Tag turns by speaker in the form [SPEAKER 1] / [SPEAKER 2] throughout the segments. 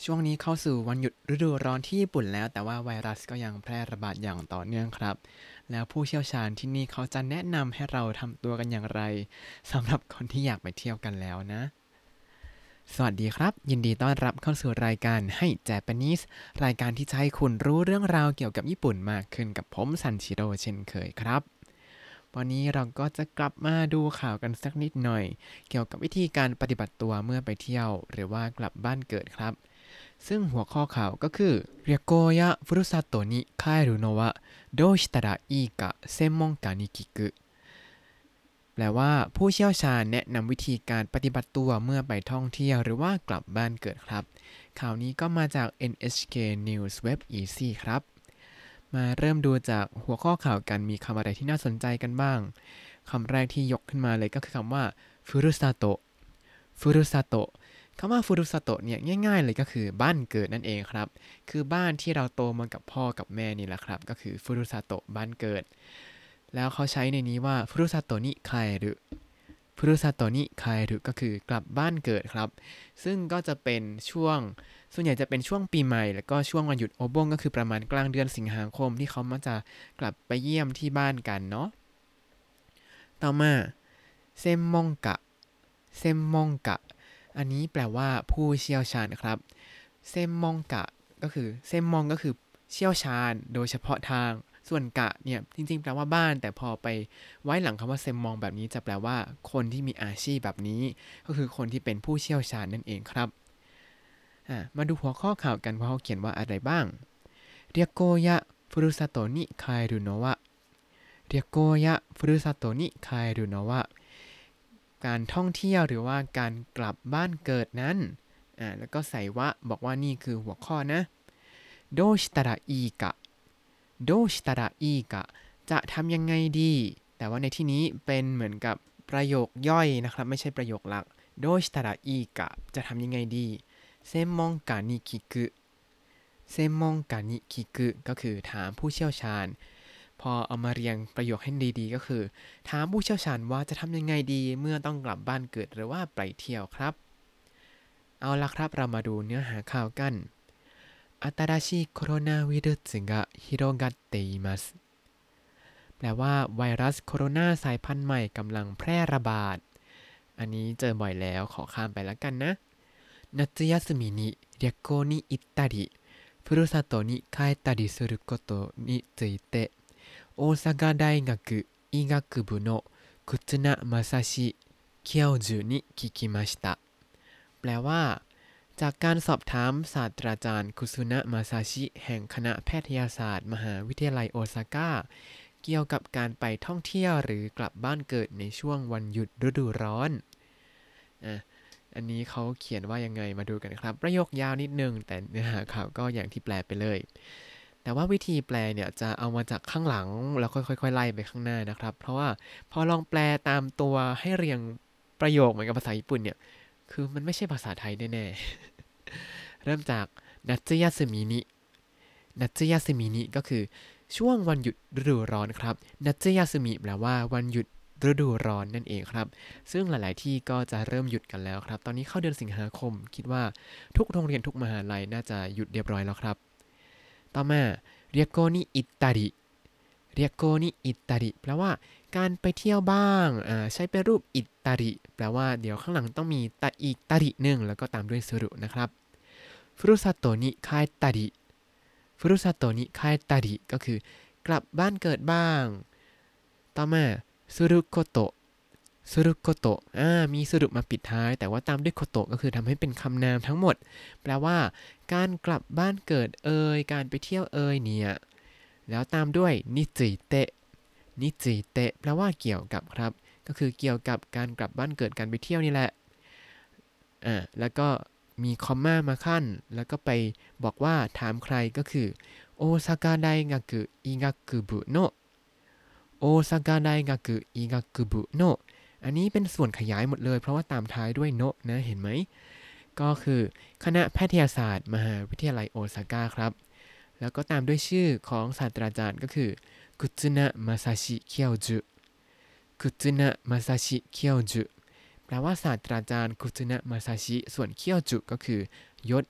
[SPEAKER 1] ช่วงนี้เข้าสู่วันหยุดฤดูร้อนที่ญี่ปุ่นแล้วแต่ว่าไวรัสก็ยังแพร่ระบาดอย่างต่อเนื่องครับแล้วผู้เชี่ยวชาญที่นี่เขาจะแนะนำให้เราทำตัวกันอย่างไรสำหรับคนที่อยากไปเที่ยวกันแล้วนะสวัสดีครับยินดีต้อนรับเข้าสู่รายการให้เจแปนิสรายการที่จะให้คุณรู้เรื่องราวเกี่ยวกับญี่ปุ่นมากขึ้นกับผมซันชิโร่เช่นเคยครับวันนี้เราก็จะกลับมาดูข่าวกันสักนิดหน่อยเกี่ยวกับวิธีการปฏิบัติตัวเมื่อไปเที่ยวหรือว่ากลับบ้านเกิดครับ ซึ่งหัวข้อข่าวก็คือ旅行やふるさとに帰るのはどうしたらいいか専門家に聞くแปลว่าผู้เชี่ยวชาญแนะนำวิธีการปฏิบัติตัวเมื่อไปท่องเที่ยวหรือว่ากลับบ้านเกิดครับข่าวนี้ก็มาจาก NHK News Web Easy ครับมาเริ่มดูจากหัวข้อข่าวกันมีคำอะไรที่น่าสนใจกันบ้างคำแรกที่ยกขึ้นมาเลยก็คือคำว่าฟุรุซาโตะฟุรุซาโตะ คำว่าฟูรุสโตะเนี่ยง่ายๆเลยก็คือบ้านเกิดนั่นเองครับคือบ้านที่เราโตมากับพ่อกับแม่นี่แหละครับก็คือฟูรุสโตะบ้านเกิดแล้วเขาใช้ในนี้ว่าฟูรุสโตะนิคายรุฟูรุสโตะนิคายรุก็คือกลับบ้านเกิดครับซึ่งก็จะเป็นช่วงส่วนใหญ่จะเป็นช่วงปีใหม่แล้วก็ช่วงวันหยุดโอบงก็คือประมาณกลางเดือนสิงหาคมที่เขามักจะกลับไปเยี่ยมที่บ้านกันเนาะต่อมาเซมมงกะเซมมงกะ อันนี้แปลว่าผู้เชี่ยวชาญครับเซมมองกะก็คือเซมมองก็คือเชี่ยวชาญโดยเฉพาะทางส่วนกะเนี่ยจริงๆแปลว่าบ้านแต่พอไปไว้หลังคำว่าเซมมองแบบนี้จะแปลว่าคนที่มีอาชีพแบบนี้ก็คือคนที่เป็นผู้เชี่ยวชาญนั่นเองครับมาดูหัวข้อข่าวกันว่าเขาเขียนว่าอะไรบ้างเรียกโกยะฟุรุสโตนิคายรุโนะวะเรียกโกยะฟุรุสโตนิคายรุโนะวะ การท่องเที่ยวหรือว่าการกลับบ้านเกิดนั้นแล้วก็ใส่วะบอกว่านี่คือหัวข้อนะโดชิตาระอีกะโดชิตาระอีกะจะทำยังไงดีแต่ว่าในที่นี้เป็นเหมือนกับประโยคย่อยนะครับไม่ใช่ประโยคหลักโดชิตาระอีกะจะทำยังไงดีเซมมองกะนิคิกุเซมมองกะนิคิกุก็คือถามผู้เชี่ยวชาญ พอเอามาเรียงประโยคให้ดีๆก็คือถามผู้เชี่ยวชาญว่าจะทำยังไงดีเมื่อต้องกลับบ้านเกิดหรือว่าไปเที่ยวครับเอาละครับเรามาดูเนื้อหาข่าวกัน新しいコロナウイルスが広がっていますแปลว่าไวรัสโคโรนาสายพันธุ์ใหม่กำลังแพร่ระบาดอันนี้เจอบ่อยแล้วขอข้ามไปแล้วกันนะ夏休みに旅行に行ったりふるさとに帰ったりすることについて大阪大学医学部の忽那正史教授に聞きましたแปลว่าจากการสอบถามศาสตราจารย์คุซุนะมาซาชิแห่งคณะแพทยศาสตร์มหาวิทยาลัยโอซาก้าเกี่ยวกับการไปท่องเที่ยวหรือกลับบ้านเกิดในช่วงวันหยุดฤดูร้อนอ่ะอันนี้เขาเขียนว่ายังไงมาดูกันครับประโยคยาวนิดนึงแต่เนื้อหาข่าวก็อย่างที่แปลไปเลย แต่ว่าวิธีแปลเนี่ยจะเอามาจากข้างหลังแล้วค่อยๆไล่ไปข้างหน้านะครับเพราะว่าพอลองแปลตามตัวให้เรียงประโยคเหมือนกับภาษาญี่ปุ่นเนี่ยคือมันไม่ใช่ภาษาไทยแน่ๆเริ่มจากนัตสึยาสึมินินัตสึยาสึมินิก็คือช่วงวันหยุดฤดูร้อนครับนัตสึยาสึมิแปลว่าวันหยุดฤดูร้อนนั่นเองครับซึ่งหลายๆที่ก็จะเริ่มหยุดกันแล้วครับตอนนี้เข้าเดือนสิงหาคมคิดว่าทุกโรงเรียนทุกมหาลัยน่าจะหยุดเรียบร้อยแล้วครับ ต่อมาเรียกโกนิอิตตาริเรียกโกนิอิตตาริแปลว่าการไปเที่ยวบ้างใช้เป็นรูปอิตตาริแปลว่าเดี๋ยวข้างหลังต้องมีตาอีกตาริหนึ่งแล้วก็ตามด้วยสุรุนะครับฟุรุซาโตนิคายตาริฟุรุซาโตนิคายตาริก็คือกลับบ้านเกิดบ้างต่อมาสุรุโกโตะสุรุโกโตะมีสุรุมาปิดท้ายแต่ว่าตามด้วยโคโตะก็คือทำให้เป็นคำนามทั้งหมดแปลว่าการกลับบ้านเกิดการไปเที่ยวเนี่ยแล้วตามด้วยนิจิเตะนิจิเตะแปลว่าเกี่ยวกับครับก็คือเกี่ยวกับการกลับบ้านเกิดการไปเที่ยวนี่แหละแล้วก็มีคอมมามาขั้นแล้วก็ไปบอกว่าถามใครก็คือโอซากะไดงะกุอิงะกุบุโนะโอซากะไดงะกุอิงะกุบุโนะอันนี้เป็นส่วนขยายหมดเลยเพราะว่าตามท้ายด้วยโนะนะเห็นไหมก็คือคณะแพทยศาสตร์มหาวิทยาลัยโอซาก้าครับแล้วก็ตามด้วยชื่อของศาสตราจารย์ก็คือคุตสึนะมาซาชิเคียวจุคุตสึนะมาซาชิเคียวจุแปลว่าศาสตราจารย์คุตสึนะมาซาชิส่วนเคียวจุก็คือยศ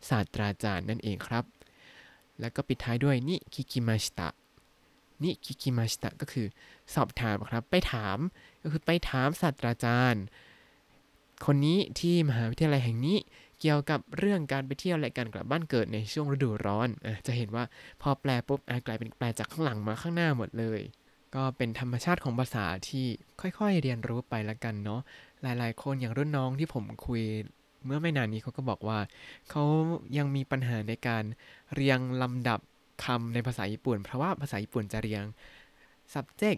[SPEAKER 1] ศาสตราจารย์นั่นเองครับแล้วก็ปิดท้ายด้วยนิคิคิมาชิตะนิคิคิมาชิตะก็คือสอบถามครับไปถามก็คือไปถามศาสตราจารย์คนนี้ที่มหาวิทยาลัยแห่งนี้เกี่ยวกับเรื่องการไปเที่ยวและการกลับบ้านเกิดในช่วงฤดูร้อนจะเห็นว่าพอแปลปุ๊บกลายเป็นแปลจากข้างหลังมาข้างหน้าหมดเลยก็เป็นธรรมชาติของภาษาที่ค่อยๆเรียนรู้ไปละกันเนาะหลายๆคนอย่างรุ่นน้องที่ผมคุยเมื่อไม่นานนี้เขาก็บอกว่าเขายังมีปัญหาในการเรียงลำดับคำในภาษาญี่ปุ่นเพราะว่าภาษาญี่ปุ่นจะเรียง subject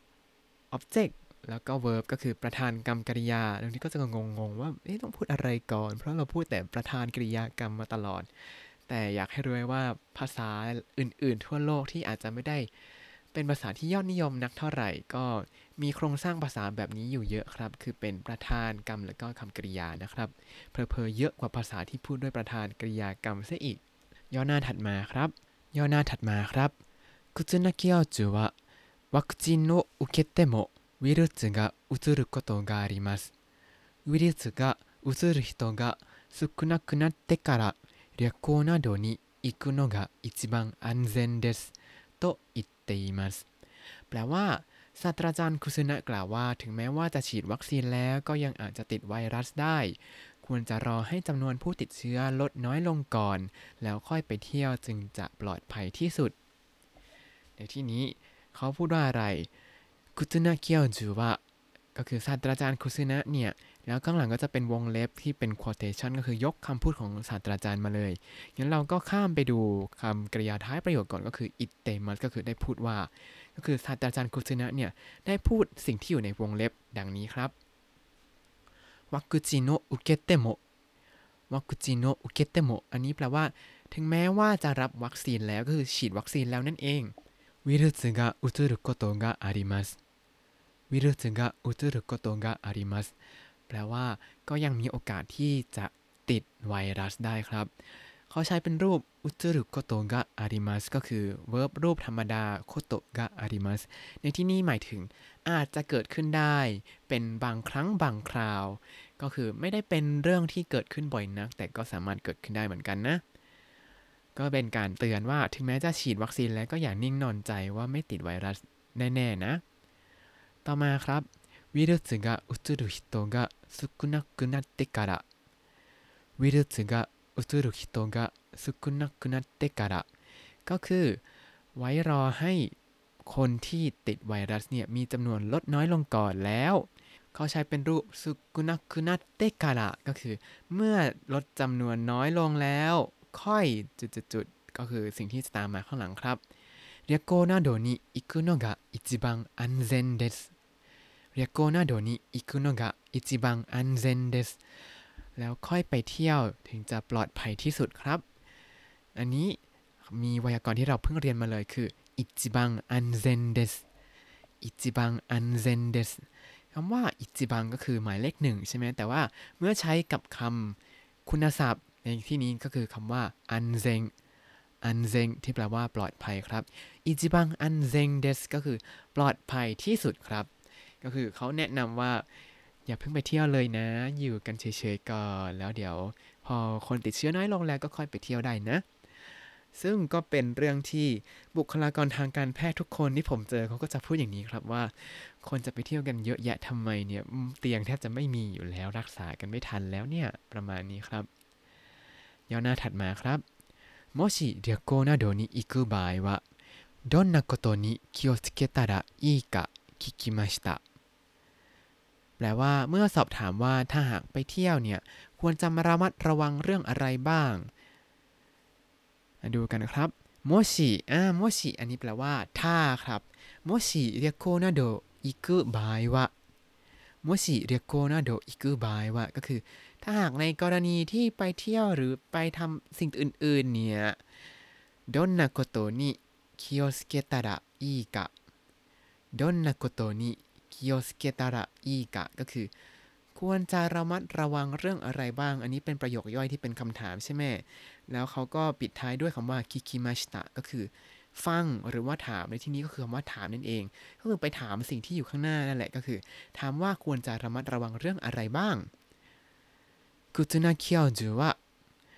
[SPEAKER 1] object แล้วก็ verb ก็คือประธานกรรมกริยาตรงนี้ก็จะงงๆว่าต้องพูดอะไรก่อนเพราะเราพูดแต่ประธานกริยากรรมมาตลอดแต่อยากให้รู้ไว้ว่าภาษาอื่นๆทั่วโลกที่อาจจะไม่ได้เป็นภาษาที่ยอดนิยมนักเท่าไหร่ก็มีโครงสร้างภาษาแบบนี้อยู่เยอะครับคือเป็นประธานกรรมแล้วก็คำกริยานะครับเพอๆเยอะกว่าภาษาที่พูดด้วยประธานกริยากรรมซะอีกย่อหน้าถัดมาครับย่อหน้าถัดมาครับคุซึนากิอาจูวะワクチンを受けてもウイルスがうつることがあります。ウイルスがうつる人が少なくなってから旅行などに行くのが一番安全ですと言っています แปลว่าศาสตราจารย์คุซึนะกล่าวว่าถึงแม้ว่าจะฉีดวัคซีนแล้วก็ยังอาจจะติดไวรัสได้ควรจะรอให้จำนวนผู้ติดเชื้อลดน้อยลงก่อนแล้วค่อยไปเที่ยวจึงจะปลอดภัยที่สุดในที่นี้เขาพูดว่าอะไรคุซึนะเกียวจูวะก็คือศาสตราจารย์คุซึนะเนี่ยแล้วข้างหลังก็จะเป็นวงเล็บที่เป็น quotation ก็คือยกคำพูดของศาสตราจารย์มาเลยงั้นเราก็ข้ามไปดูคำกริยาท้ายประโยคก่อนก็คืออิเตมัสก็คือได้พูดว่าก็คือศาสตราจารย์คุซึนะเนี่ยได้พูดสิ่งที่อยู่ในวงเล็บดังนี้ครับวัคซีนโนอุเกเตโมวัคซีนโนอุเกเตโมอันนี้แปลว่าถึงแม้ว่าจะรับวัคซีนแล้วก็คือฉีดวัคซีนแล้วนั่นเองวิรุสがうつることがありますวิรุสがうつることがありますแปลว่าก็ยังมีโอกาสที่จะติดไวรัสได้ครับเขาใช้เป็นรูปอุตรุโกโตกะอาริมัสก็คือ verb รูปธรรมดาโคโตกะอาริมัสในที่นี้หมายถึงอาจจะเกิดขึ้นได้เป็นบางครั้งบางคราวก็คือไม่ได้เป็นเรื่องที่เกิดขึ้นบ่อยนักแต่ก็สามารถเกิดขึ้นได้เหมือนกันนะก็เป็นการเตือนว่าถึงแม้จะฉีดวัคซีนแล้วก็อย่านิ่งนอนใจว่าไม่ติดไวรัสแน่ๆนะต่อมาครับวิรุสがうつる人が少なくなってからวิรุสがうつる人が少なくなってからก็คือไว้รอให้คนที่ติดไวรัสเนี่ยมีจำนวนลดน้อยลงก่อนแล้วเขาใช้เป็นรูปสุกุนักคุนัตเตการะก็คือเมื่อลดจำนวนน้อยลงแล้วค่อยจุดๆๆก็คือสิ่งที่จะตามมาข้างหลังครับ旅行などに行くのが一番安全です旅行などに行くのが一番安全ですแล้วค่อยไปเที่ยวถึงจะปลอดภัยที่สุดครับอันนี้มีไวยากรณ์ที่เราเพิ่งเรียนมาเลยคืออิจิบังอันเซนเดสอิจิบังอันเซนเดสคำว่าอิจิบังก็คือหมายเลขหนึ่งใช่ไหมแต่ว่าเมื่อใช้กับคำคุณศัพท์ในที่นี้ก็คือคำว่าอันเซงอันเซงที่แปลว่าปลอดภัยครับอิจิบังอันเซงเดสก็คือปลอดภัยที่สุดครับก็คือเขาแนะนำว่าอย่าเพิ่งไปเที่ยวเลยนะอยู่กันเฉยๆก่อนแล้วเดี๋ยวพอคนติดเชื้อน้อยลงแล้วก็ค่อยไปเที่ยวได้นะซึ่งก็เป็นเรื่องที่บุคลากรทางการแพทย์ทุกคนที่ผมเจอเขาก็จะพูดอย่างนี้ครับว่าคนจะไปเที่ยวกันเยอะแยะทำไมเนี่ยเตียงแทบจะไม่มีอยู่แล้วรักษากันไม่ทันแล้วเนี่ยประมาณนี้ครับย่อหน้าถัดมาครับもし旅行などに行く場合はどんなことに気をつけたらいいか聞きましたแปลว่าเมื่อสอบถามว่าถ้าหากไปเที่ยวเนี่ยควรจะมาระมัดระวังเรื่องอะไรบ้างมาดูกันครับโมชิโมชิอันนี้แปลว่าถ้าครับโมชิเรียกโคนาโดอิกุบายวะโมชิเรียกโคนาโดอิกุบายวะก็คือถ้าหากในกรณีที่ไปเที่ยวหรือไปทำสิ่งอื่นๆเนี่ยどんなことに気をつけたらいいかどんなことに気をつけたらいいかก็คือควรจะระมัดระวังเรื่องอะไรบ้างอันนี้เป็นประโยคย่อยที่เป็นคำถามใช่ไหมแล้วเขาก็ปิดท้ายด้วยคำว่าคิคิมาชิตะก็คือฟังหรือว่าถามในที่นี้ก็คือคำว่าถามนั่นเองก็คือไปถามสิ่งที่อยู่ข้างหน้านั่นแหละก็คือถามว่าควรจะระมัดระวังเรื่องอะไรบ้างคุตสึนาเคียวจูวะ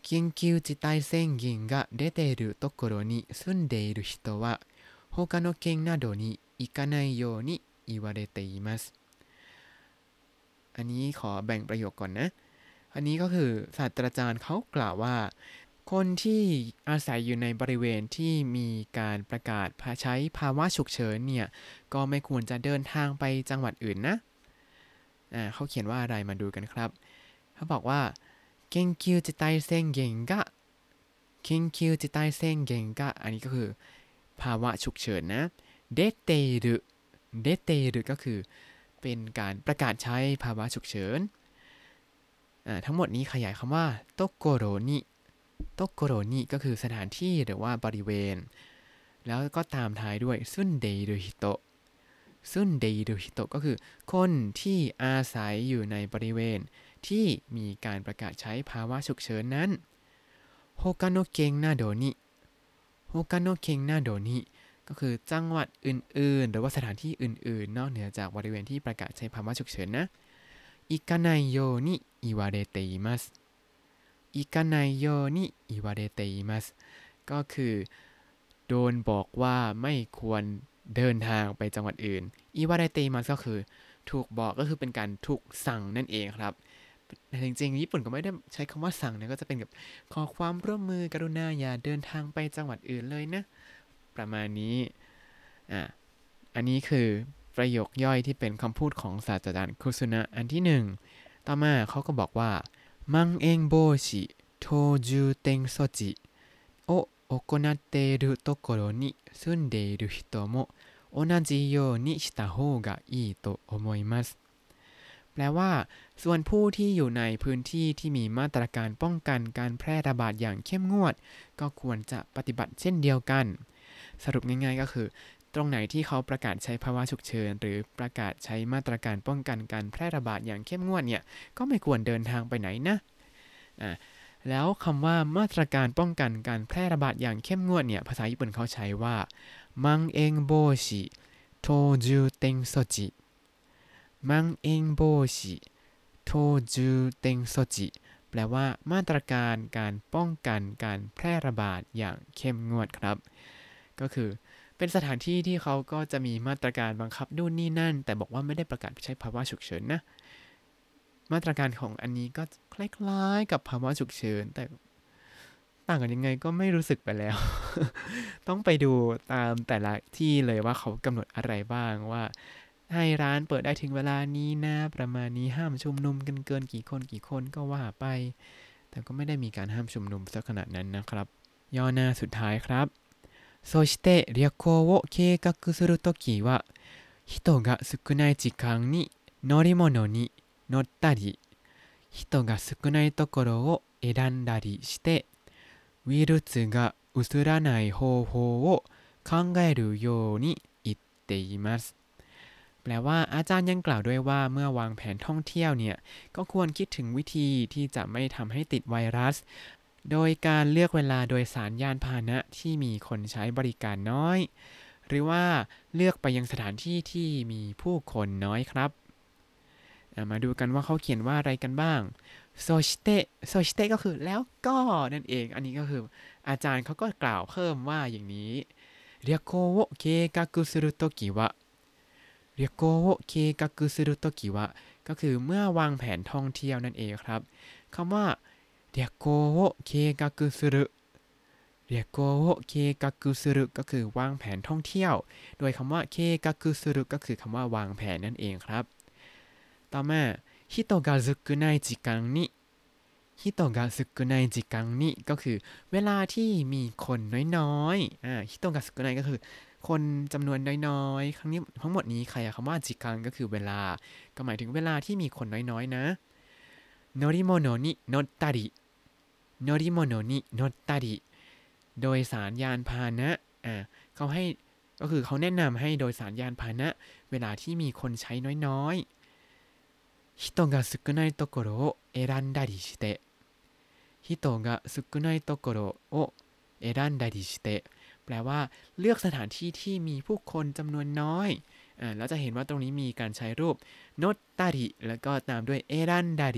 [SPEAKER 1] 緊急事態宣言が出ているところに住んでいる人は他の県などに行かないように言われています。อันนี้ขอแบ่งประโยคก่อนนะ อันนี้ก็คือศาสตราจารย์เขากล่าวว่าคนที่อาศัยอยู่ในบริเวณที่มีการประกาศใช้ภาวะฉุกเฉินเนี่ยก็ไม่ควรจะเดินทางไปจังหวัดอื่นนะเขาเขียนว่าอะไรมาดูกันครับเขาบอกว่า緊急事態宣言が緊急事態宣言がอันนี้ก็คือภาวะฉุกเฉินนะ出ている出ているก็คือเป็นการประกาศใช้ภาวะฉุกเฉินทั้งหมดนี้ขยายคำว่าโตโกโรนิโตโกโรนิก็คือสถานที่หรือว่าบริเวณแล้วก็ตามท้ายด้วยซุนเดรุฮิโตะซุนเดรุฮิโตะก็คือคนที่อาศัยอยู่ในบริเวณที่มีการประกาศใช้ภาวะฉุกเฉินนั้นโฮกาโนเกงนาโดนิโฮกาโนเกงนาโดนิก็คือจังหวัดอื่นๆหรือว่าสถานที่อื่นๆนอกเหนือจากบริเวณที่ประกาศใช้ภาวะฉุกเฉินนะอิกาไนโยนิอิวาเรเตอิมัสอิกาไนโยนิอิวาเรเตอิมัสก็คือโดนบอกว่าไม่ควรเดินทางไปจังหวัดอื่นอิวาเรเตอิมัสก็คือถูกบอกก็คือเป็นการถูกสั่งนั่นเองครับแต่จริงๆญี่ปุ่นก็ไม่ได้ใช้คำว่าสั่งนะก็จะเป็นกับขอความร่วมมือกรุณาอย่าเดินทางไปจังหวัดอื่นเลยนะประมาณนี้อันนี้คือประโยคย่อยที่เป็นคำพูดของศาสตราจารย์คุซุนะอันที่หนึ่งต่อมาเขาก็บอกว่ามังเองโบชิโทจูเต็งโซจิโอ行っているところに住んでいる人も同じようにした方がいいと思いますแปลว่าส่วนผู้ที่อยู่ในพื้นที่ที่มีมาตรการป้องกันการแพร่ระบาดอย่างเข้มงวดก็ควรจะปฏิบัติเช่นเดียวกันสรุปง่ายๆก็คือตรงไหนที่เขาประกาศใช้ภาวะฉุกเฉินหรือประกาศใช้มาตรการป้องกันการแพร่ระบาดอย่างเข้มงวดเนี่ยก็ไม่ควรเดินทางไปไหนนะแล้วคำว่ามาตรการป้องกันการแพร่ระบาดอย่างเข้มงวดเนี่ยภาษาญี่ปุ่นเขาใช้ว่ามังเองโบชิโทจูเต็งโซจิมังเองโบชิโทจูเต็งโซจิแปลว่ามาตรการการป้องกันการแพร่ระบาดอย่างเข้มงวดครับก็คือเป็นสถานที่ที่เขาก็จะมีมาตรการบังคับนู่นนี่นั่นแต่บอกว่าไม่ได้ประกาศใช้ภาวะฉุกเฉินนะมาตรการของอันนี้ก็คล้ายๆกับภาวะฉุกเฉินแต่ต่างกันยังไงก็ไม่รู้สึกไปแล้ว ต้องไปดูตามแต่ละที่เลยว่าเขากำหนดอะไรบ้างว่าให้ร้านเปิดได้ถึงเวลานี้นะประมาณนี้ห้ามชุมนุมกันเกินกี่คนก็ว่าไปแต่ก็ไม่ได้มีการห้ามชุมนุมซะขนาดนั้นนะครับย่อหน้าสุดท้ายครับそして旅行を計画するときは人が少ない時間に乗り物に乗ったり人が少ないところを選んだりしてウイルスが移らない方法を考えるように言っていますแปลว่าอาจารย์ยังกล่าวด้วยว่าเมื่อวางแผนท่องเที่ยวเนี่ยก็ควรคิดถึงวิธีที่จะไม่ทำให้ติดไวรัสโดยการเลือกเวลาโดยสารยานพาหนะที่มีคนใช้บริการน้อยหรือว่าเลือกไปยังสถานที่ที่มีผู้คนน้อยครับมาดูกันว่าเขาเขียนว่าอะไรกันบ้างโซชิเตะโซชิเตะก็คือแล้วก็นั่นเองอันนี้ก็คืออาจารย์เขาก็กล่าวเพิ่มว่าอย่างนี้旅行を計画するときは旅行を計画するときはก็คือเมื่อวางแผนท่องเที่ยวนั่นเองครับคำว่า旅行を計画する旅行を計画するก็คือวางแผนท่องเที่ยวโดยคำว่า計画するก็คือคำว่าวางแผนนั่นเองครับต่อมา人が少ない時間に人が少ない時間にก็คือเวลาที่มีคนน้อยๆ人が少ないก็คือคนจำนวนน้อยๆครั้งนี้ทั้งหมดนี้ใครคำว่าจิกังก็คือเวลาก็หมายถึงเวลาที่มีคนน้อยๆนะโนริโมโนนิโนตาริโนริโมโนนิโนตาริโดยสารยานพาหนะเขาให้ก็คือเขาแนะนำให้โดยสารยานพาหนะเวลาที่มีคนใช้น้อยๆ人が少ないところを選んだりして人が少ないところを選んだりしてแปลว่าเลือกสถานที่ที่มีผู้คนจำนวนน้อยแล้วจะเห็นว่าตรงนี้มีการใช้รูปโนตาริแล้วก็ตามด้วยเอรันดาริ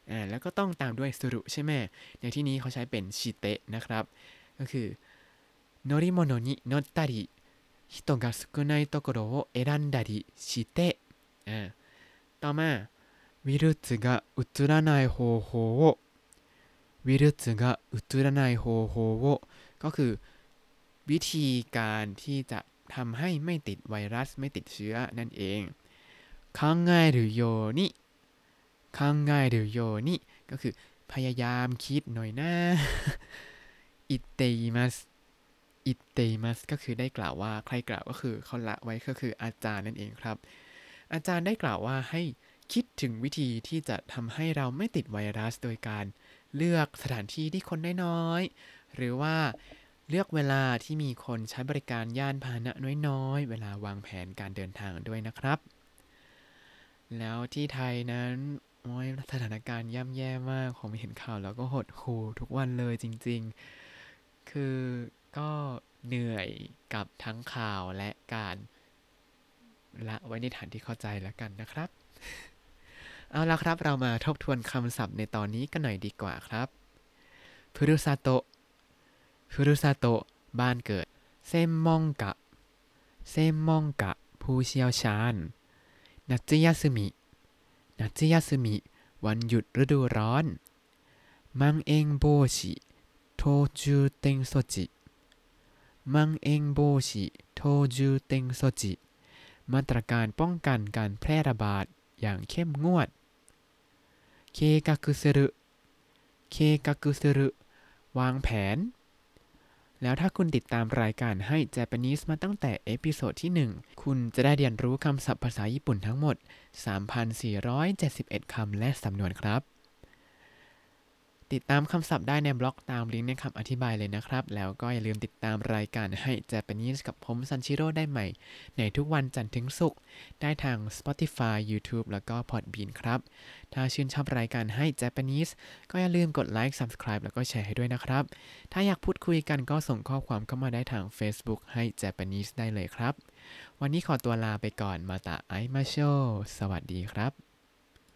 [SPEAKER 1] แล้วก็ต้องตามด้วยสุรุใช่ไหมในที่นี้เขาใช้เป็นชิเตะนะครับก็คือโนริโมโนนิโนตาริ人が少ないところを選んだりしてต่อมาウイルスがうつらない方法をウイルスがうつらない方法をก็คือวิธีการที่จะทำให้ไม่ติดไวรัสไม่ติดเชื้อนั่นเอง考えるように考えるようにก็คือพยายามคิดหน่อยนะ言っています言っていますก็คือได้กล่าวว่าใครกล่าวก็คือเขาละไว้ก็คืออาจารย์นั่นเองครับอาจารย์ได้กล่าวว่าให้คิดถึงวิธีที่จะทำให้เราไม่ติดไวรัสโดยการเลือกสถานที่ที่คนน้อยๆหรือว่าเลือกเวลาที่มีคนใช้บริการยานพาหนะน้อยๆเวลาวางแผนการเดินทางด้วยนะครับแล้วที่ไทยนั้นโอ้ยสถานการณ์ย่ำแย่มากผมเห็นข่าวแล้วก็หดหู่ทุกวันเลยจริงๆคือก็เหนื่อยกับทั้งข่าวและการละไว้ในฐานที่เข้าใจแล้วกันนะครับเอาละครับเรามาทบทวนคำศัพท์ในตอนนี้กันหน่อยดีกว่าครับฟุรุซาโตะฟุรุซาโตะบ้านเกิดเซมมองกะเซมมองกะผู้เชี่ยวชาญนัตสึยาสึมินัตสึยาสึมิวันหยุดฤดูร้อนมังเองโบชิโทจูเต็งโซจิมังเองโบชิโทจูเต็งโซจิมาตรการป้องกันการแพร่ระบาดอย่างเข้มงวดเคกักุสึรุเคกักุสึรุวางแผนแล้วถ้าคุณติดตามรายการให้ Japanese มาตั้งแต่เอพิโซดที่1คุณจะได้เรียนรู้คำศัพท์ภาษาญี่ปุ่นทั้งหมด 3,471 คำและสำนวนครับติดตามคำศัพท์ได้ในบล็อกตามลิงก์ในคำอธิบายเลยนะครับแล้วก็อย่าลืมติดตามรายการให้ Japanese กับผมซันชิโร่ได้ใหม่ในทุกวันจันทร์ถึงศุกร์ได้ทาง Spotify YouTube แล้วก็ Podbean ครับถ้าชื่นชอบรายการให้ Japanese ก็อย่าลืมกดไลค์ Subscribe แล้วก็แชร์ให้ด้วยนะครับถ้าอยากพูดคุยกันก็ส่งข้อความเข้ามาได้ทาง Facebook ให้ Japanese ได้เลยครับวันนี้ขอตัวลาไปก่อนมาตาไอมาโชสวัสดีครับ